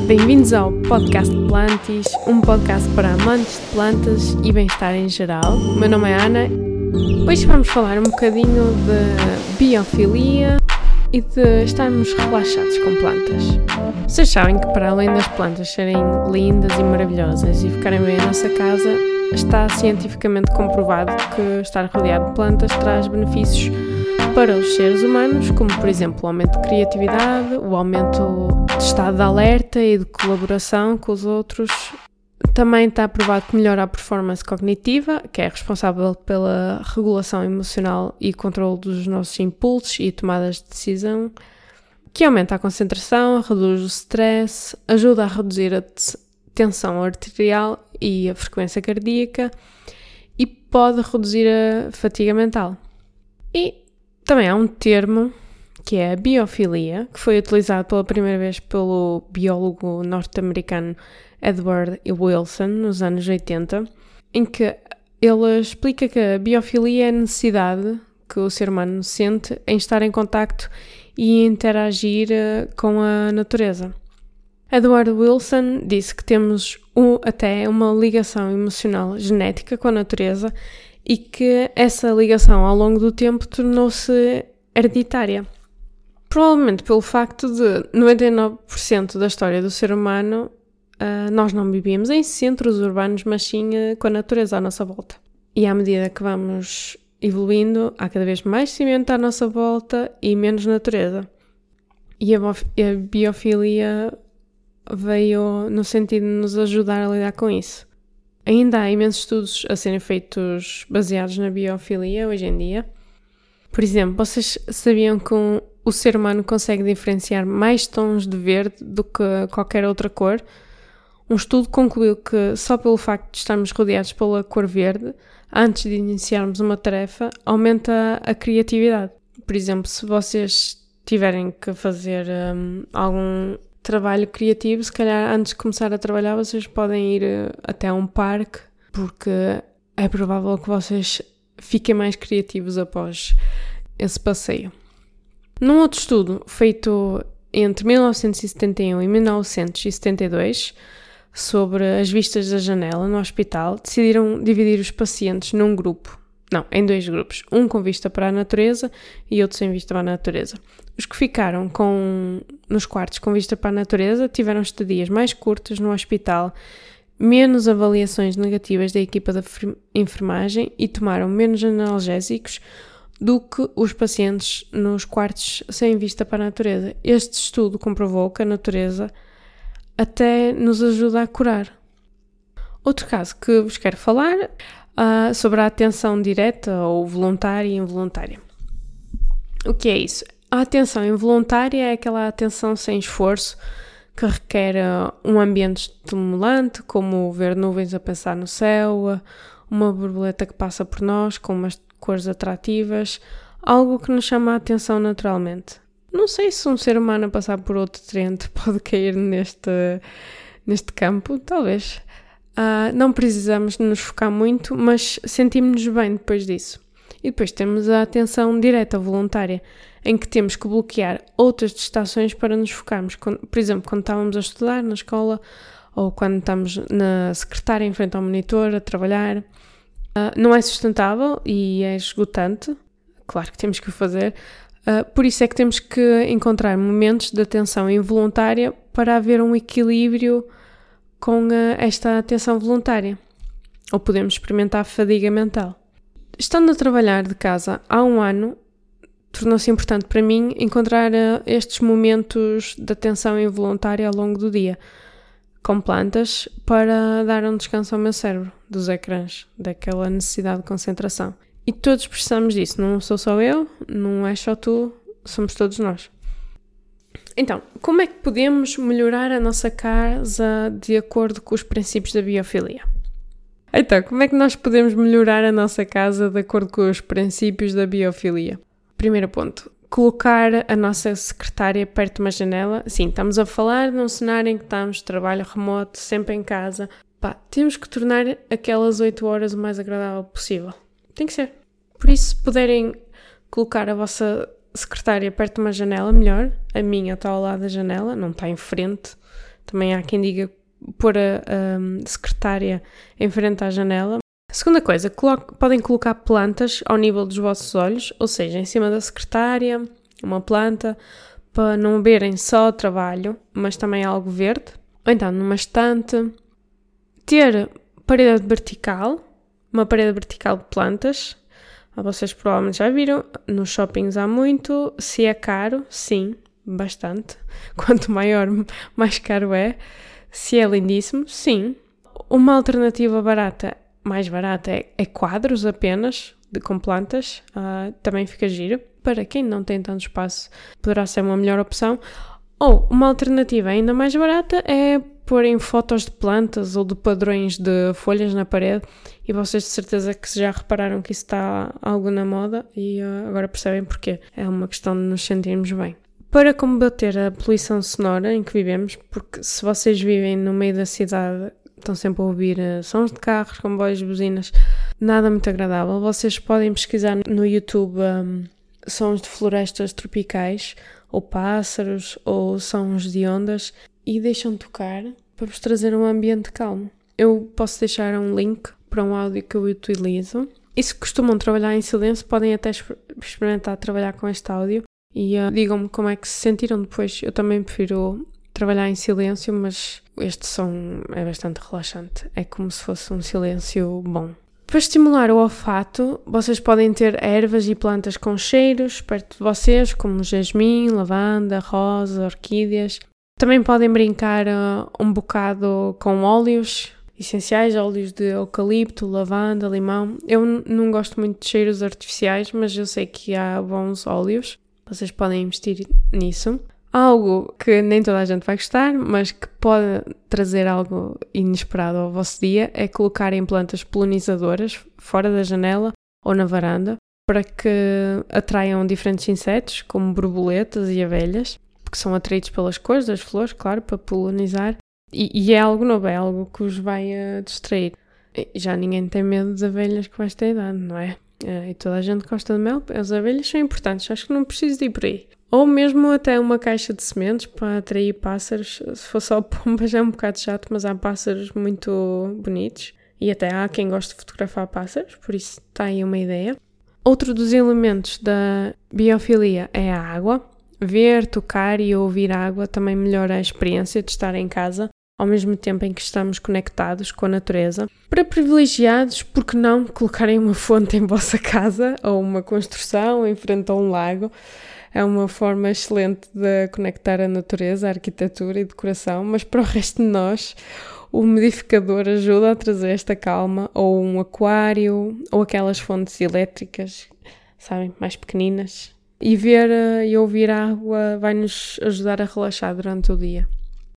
Bem-vindos ao Podcast Plantis, um podcast para amantes de plantas e bem-estar em geral. O meu nome é Ana. Hoje vamos falar um bocadinho de biofilia e de estarmos relaxados com plantas. Vocês sabem que para além das plantas serem lindas e maravilhosas e ficarem bem na nossa casa, está cientificamente comprovado que estar rodeado de plantas traz benefícios para os seres humanos, como por exemplo o aumento de criatividade, o aumento de estado de alerta e de colaboração com os outros. Também está provado que melhora a performance cognitiva, que é responsável pela regulação emocional e controle dos nossos impulsos e tomadas de decisão, que aumenta a concentração, reduz o stress, ajuda a reduzir a tensão arterial e a frequência cardíaca e pode reduzir a fadiga mental. E também há um termo que é a biofilia, que foi utilizado pela primeira vez pelo biólogo norte-americano Edward Wilson nos anos 80, em que ele explica que a biofilia é a necessidade que o ser humano sente em estar em contacto e interagir com a natureza. Edward Wilson disse que temos até uma ligação emocional genética com a natureza e que essa ligação ao longo do tempo tornou-se hereditária. Provavelmente pelo facto de 99% da história do ser humano nós não vivíamos em centros urbanos, mas sim com a natureza à nossa volta. E à medida que vamos evoluindo, há cada vez mais cimento à nossa volta e menos natureza. E a biofilia veio no sentido de nos ajudar a lidar com isso. Ainda há imensos estudos a serem feitos baseados na biofilia hoje em dia. Por exemplo, vocês sabiam que o ser humano consegue diferenciar mais tons de verde do que qualquer outra cor? Um estudo concluiu que só pelo facto de estarmos rodeados pela cor verde, antes de iniciarmos uma tarefa, aumenta a criatividade. Por exemplo, se vocês tiverem que fazer algum trabalho criativo, se calhar antes de começar a trabalhar vocês podem ir até um parque, porque é provável que vocês fiquem mais criativos após esse passeio. Num outro estudo feito entre 1971 e 1972 sobre as vistas da janela no hospital, decidiram dividir os pacientes em dois grupos, um com vista para a natureza e outro sem vista para a natureza. Os que ficaram nos quartos com vista para a natureza tiveram estadias mais curtas no hospital, menos avaliações negativas da equipa de enfermagem e tomaram menos analgésicos do que os pacientes nos quartos sem vista para a natureza. Este estudo comprovou que a natureza até nos ajuda a curar. Outro caso que vos quero falar sobre a atenção direta ou voluntária e involuntária. O que é isso? A atenção involuntária é aquela atenção sem esforço que requer um ambiente estimulante, como ver nuvens a passar no céu, uma borboleta que passa por nós com umas cores atrativas, algo que nos chama a atenção naturalmente. Não sei se um ser humano a passar por outro trente pode cair neste campo, talvez. Não precisamos nos focar muito, mas sentimos-nos bem depois disso. E depois temos a atenção direta voluntária, em que temos que bloquear outras distrações para nos focarmos. Por exemplo, quando estávamos a estudar na escola ou quando estamos na secretária em frente ao monitor a trabalhar. Não é sustentável e é esgotante. Claro que temos que o fazer. Por isso é que temos que encontrar momentos de atenção involuntária para haver um equilíbrio com esta atenção voluntária. Ou podemos experimentar a fadiga mental. Estando a trabalhar de casa há um ano, tornou-se importante para mim encontrar estes momentos de atenção involuntária ao longo do dia, com plantas, para dar um descanso ao meu cérebro dos ecrãs, daquela necessidade de concentração. E todos precisamos disso, não sou só eu, não é só tu, somos todos nós. Então, como é que podemos melhorar a nossa casa de acordo com os princípios da biofilia? Então, como é que nós podemos melhorar a nossa casa de acordo com os princípios da biofilia? Primeiro ponto, colocar a nossa secretária perto de uma janela. Sim, estamos a falar num cenário em que estamos de trabalho remoto, sempre em casa. Temos que tornar aquelas 8 horas o mais agradável possível. Tem que ser. Por isso, se puderem colocar a vossa secretária perto de uma janela, melhor. A minha está ao lado da janela, não está em frente, Também há quem diga pôr a secretária em frente à janela. A segunda coisa, podem colocar plantas ao nível dos vossos olhos, ou seja, em cima da secretária, uma planta, para não verem só o trabalho, mas também algo verde. Ou então numa estante. Ter parede vertical, uma parede vertical de plantas. Vocês provavelmente já viram, nos shoppings há muito. Se é caro, sim, bastante. Quanto maior, mais caro é. Se é lindíssimo, sim. Uma alternativa mais barata é quadros apenas, com plantas. Também fica giro. Para quem não tem tanto espaço, poderá ser uma melhor opção. Ou uma alternativa ainda mais barata é porem fotos de plantas ou de padrões de folhas na parede, e vocês de certeza que já repararam que isso está algo na moda e agora percebem porquê. É uma questão de nos sentirmos bem. Para combater a poluição sonora em que vivemos, porque se vocês vivem no meio da cidade, estão sempre a ouvir sons de carros, comboios, buzinas, nada muito agradável, vocês podem pesquisar no YouTube sons de florestas tropicais, ou pássaros, ou sons de ondas, e deixam tocar para vos trazer um ambiente calmo. Eu posso deixar um link para um áudio que eu utilizo. E se costumam trabalhar em silêncio, podem até experimentar trabalhar com este áudio e digam-me como é que se sentiram depois. Eu também prefiro trabalhar em silêncio, mas este som é bastante relaxante. É como se fosse um silêncio bom. Para estimular o olfato, vocês podem ter ervas e plantas com cheiros perto de vocês, como jasmim, lavanda, rosa, orquídeas. Também podem brincar um bocado com óleos essenciais, óleos de eucalipto, lavanda, limão. Eu não gosto muito de cheiros artificiais, mas eu sei que há bons óleos. Vocês podem investir nisso. Algo que nem toda a gente vai gostar, mas que pode trazer algo inesperado ao vosso dia, é colocarem plantas polinizadoras fora da janela ou na varanda, para que atraiam diferentes insetos, como borboletas e abelhas, que são atraídos pelas cores das flores, claro, para polinizar. E é algo novo, é algo que os vai distrair. E já ninguém tem medo de abelhas com esta idade, não é? E toda a gente gosta de mel. As abelhas são importantes, acho que não preciso de ir por aí. Ou mesmo até uma caixa de sementes para atrair pássaros. Se for só pombas é um bocado chato, mas há pássaros muito bonitos. E até há quem goste de fotografar pássaros, por isso está aí uma ideia. Outro dos elementos da biofilia é a água. Ver, tocar e ouvir a água também melhora a experiência de estar em casa, ao mesmo tempo em que estamos conectados com a natureza. Para privilegiados, por que não colocarem uma fonte em vossa casa ou uma construção em frente a um lago? É uma forma excelente de conectar a natureza, a arquitetura e decoração, mas para o resto de nós, o umidificador ajuda a trazer esta calma, ou um aquário, ou aquelas fontes elétricas, sabem, mais pequeninas. E ver e ouvir a água vai nos ajudar a relaxar durante o dia.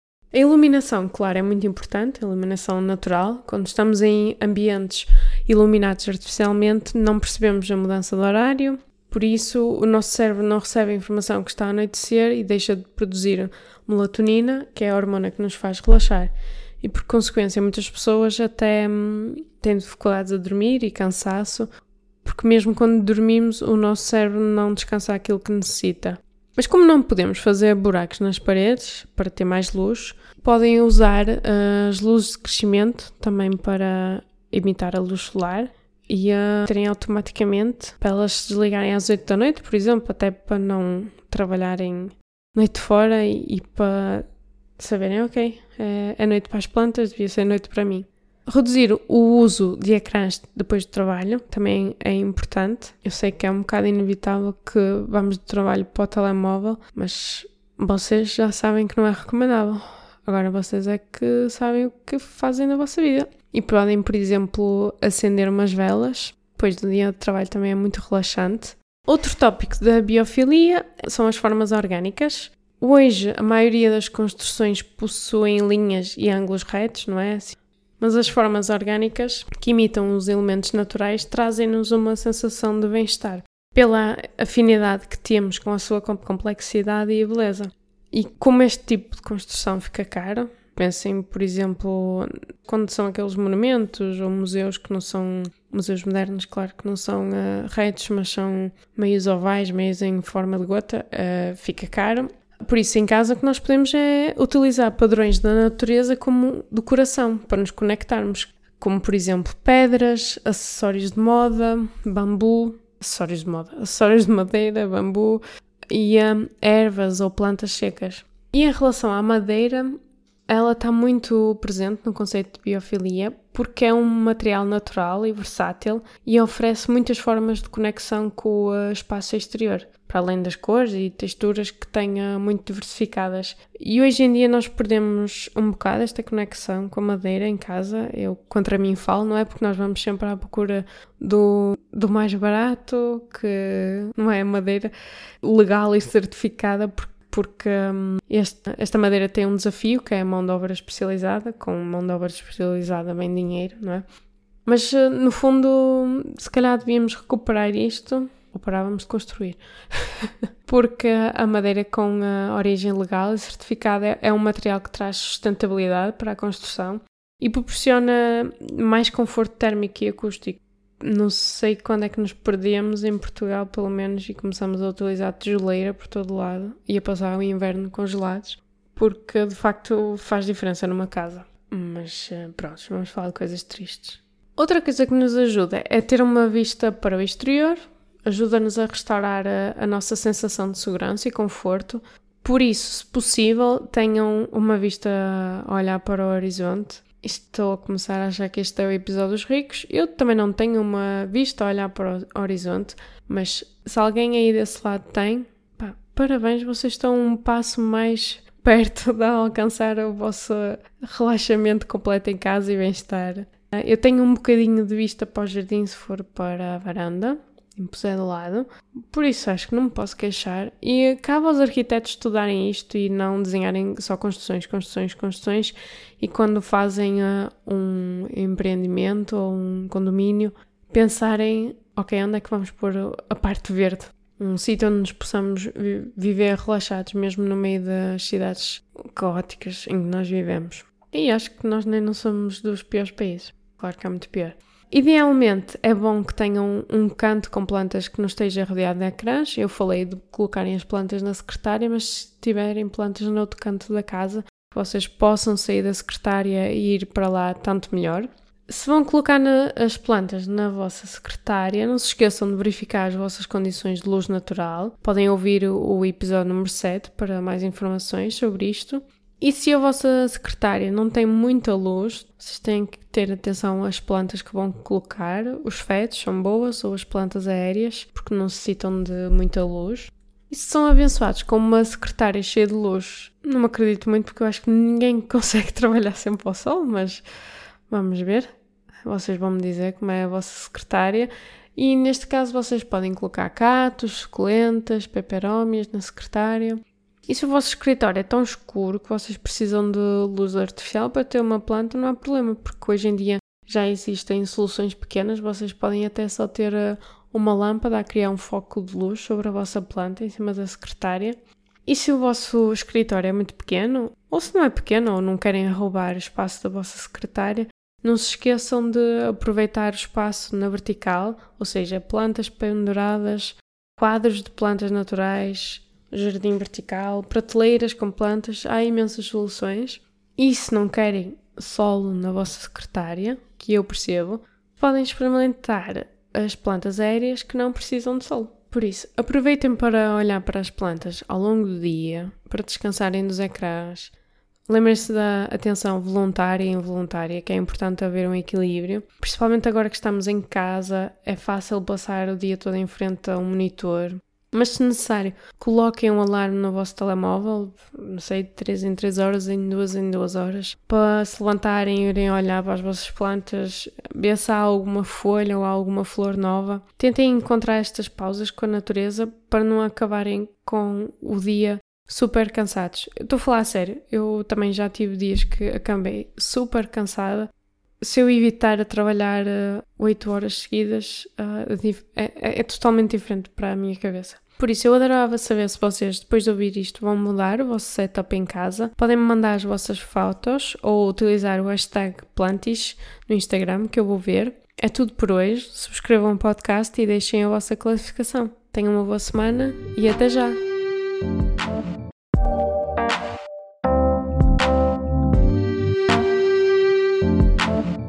A iluminação, claro, é muito importante, a iluminação natural. Quando estamos em ambientes iluminados artificialmente, não percebemos a mudança de horário, por isso o nosso cérebro não recebe a informação que está a anoitecer e deixa de produzir melatonina, que é a hormona que nos faz relaxar. E por consequência, muitas pessoas até têm dificuldades a dormir e cansaço, porque mesmo quando dormimos, o nosso cérebro não descansa aquilo que necessita. Mas como não podemos fazer buracos nas paredes para ter mais luz, podem usar as luzes de crescimento também para imitar a luz solar e terem automaticamente para elas se desligarem às 8 da noite, por exemplo, até para não trabalharem noite fora e para saberem, ok, é noite para as plantas, devia ser noite para mim. Reduzir o uso de ecrãs depois do trabalho também é importante. Eu sei que é um bocado inevitável que vamos do trabalho para o telemóvel, mas vocês já sabem que não é recomendável. Agora vocês é que sabem o que fazem na vossa vida. E podem, por exemplo, acender umas velas. Depois do dia de trabalho também é muito relaxante. Outro tópico da biofilia são as formas orgânicas. Hoje a maioria das construções possuem linhas e ângulos retos, não é? Mas as formas orgânicas, que imitam os elementos naturais, trazem-nos uma sensação de bem-estar, pela afinidade que temos com a sua complexidade e beleza. E como este tipo de construção fica caro, pensem, por exemplo, quando são aqueles monumentos ou museus que não são museus modernos, claro que não são retos, mas são meios ovais, meios em forma de gota, fica caro. Por isso, em casa, o que nós podemos é utilizar padrões da natureza como decoração, para nos conectarmos, como, por exemplo, pedras, acessórios de moda, bambu, acessórios de madeira, bambu e ervas ou plantas secas. E em relação à madeira, ela está muito presente no conceito de biofilia porque é um material natural e versátil e oferece muitas formas de conexão com o espaço exterior, para além das cores e texturas que tenha muito diversificadas. E hoje em dia nós perdemos um bocado esta conexão com a madeira em casa. Eu contra mim falo, não é? Porque nós vamos sempre à procura do mais barato, que não é madeira legal e certificada, porque esta madeira tem um desafio, que é a mão de obra especializada. Com mão de obra especializada vem dinheiro, não é? Mas, no fundo, se calhar devíamos recuperar isto, ou parávamos de construir. Porque a madeira com a origem legal e certificada é um material que traz sustentabilidade para a construção e proporciona mais conforto térmico e acústico. Não sei quando é que nos perdemos em Portugal, pelo menos, e começamos a utilizar tijoleira por todo lado e a passar o inverno congelados, porque de facto faz diferença numa casa. Mas pronto, vamos falar de coisas tristes. Outra coisa que nos ajuda é ter uma vista para o exterior, ajuda-nos a restaurar a nossa sensação de segurança e conforto. Por isso, se possível, tenham uma vista a olhar para o horizonte. Estou a começar a achar que este é o episódio dos ricos. Eu também não tenho uma vista a olhar para o horizonte, mas se alguém aí desse lado tem, parabéns, vocês estão um passo mais perto de alcançar o vosso relaxamento completo em casa e bem-estar. Eu tenho um bocadinho de vista para o jardim se for para a varanda, em Posé do Lado, por isso acho que não me posso queixar, e cabe aos arquitetos estudarem isto e não desenharem só construções, e quando fazem um empreendimento ou um condomínio, pensarem, ok, onde é que vamos pôr a parte verde? Um sítio onde nos possamos viver relaxados, mesmo no meio das cidades caóticas em que nós vivemos. E acho que nós nem não somos dos piores países, claro que há muito pior. Idealmente é bom que tenham um canto com plantas que não esteja rodeado de ecrãs. Eu falei de colocarem as plantas na secretária, mas se tiverem plantas no outro canto da casa, que vocês possam sair da secretária e ir para lá, tanto melhor. Se vão colocar as plantas na vossa secretária, não se esqueçam de verificar as vossas condições de luz natural. Podem ouvir o episódio número 7 para mais informações sobre isto. E se a vossa secretária não tem muita luz, vocês têm que ter atenção às plantas que vão colocar. Os fetos são boas ou as plantas aéreas, porque não necessitam de muita luz. E se são abençoados com uma secretária cheia de luz, não me acredito muito, porque eu acho que ninguém consegue trabalhar sempre ao sol, mas vamos ver. Vocês vão me dizer como é a vossa secretária. E neste caso vocês podem colocar catos, suculentas, peperómias na secretária. E se o vosso escritório é tão escuro que vocês precisam de luz artificial para ter uma planta, não há problema, porque hoje em dia já existem soluções pequenas, vocês podem até só ter uma lâmpada a criar um foco de luz sobre a vossa planta em cima da secretária. E se o vosso escritório é muito pequeno, ou se não é pequeno, ou não querem roubar o espaço da vossa secretária, não se esqueçam de aproveitar o espaço na vertical, ou seja, plantas penduradas, quadros de plantas naturais, jardim vertical, prateleiras com plantas, há imensas soluções. E se não querem solo na vossa secretária, que eu percebo, podem experimentar as plantas aéreas que não precisam de sol. Por isso, aproveitem para olhar para as plantas ao longo do dia, para descansarem dos ecrãs. Lembrem-se da atenção voluntária e involuntária, que é importante haver um equilíbrio. Principalmente agora que estamos em casa, é fácil passar o dia todo em frente a um monitor. Mas se necessário, coloquem um alarme no vosso telemóvel, não sei, de 3 em 3 horas, em 2 em 2 horas, para se levantarem e irem olhar para as vossas plantas, ver se há alguma folha ou alguma flor nova. Tentem encontrar estas pausas com a natureza para não acabarem com o dia super cansados. Eu estou a falar a sério, eu também já tive dias que acabei super cansada. Se eu evitar a trabalhar 8 horas seguidas, é totalmente diferente para a minha cabeça. Por isso, eu adorava saber se vocês, depois de ouvir isto, vão mudar o vosso setup em casa. Podem-me mandar as vossas fotos ou utilizar o hashtag Plantish no Instagram, que eu vou ver. É tudo por hoje. Subscrevam o podcast e deixem a vossa classificação. Tenham uma boa semana e até já! tchau!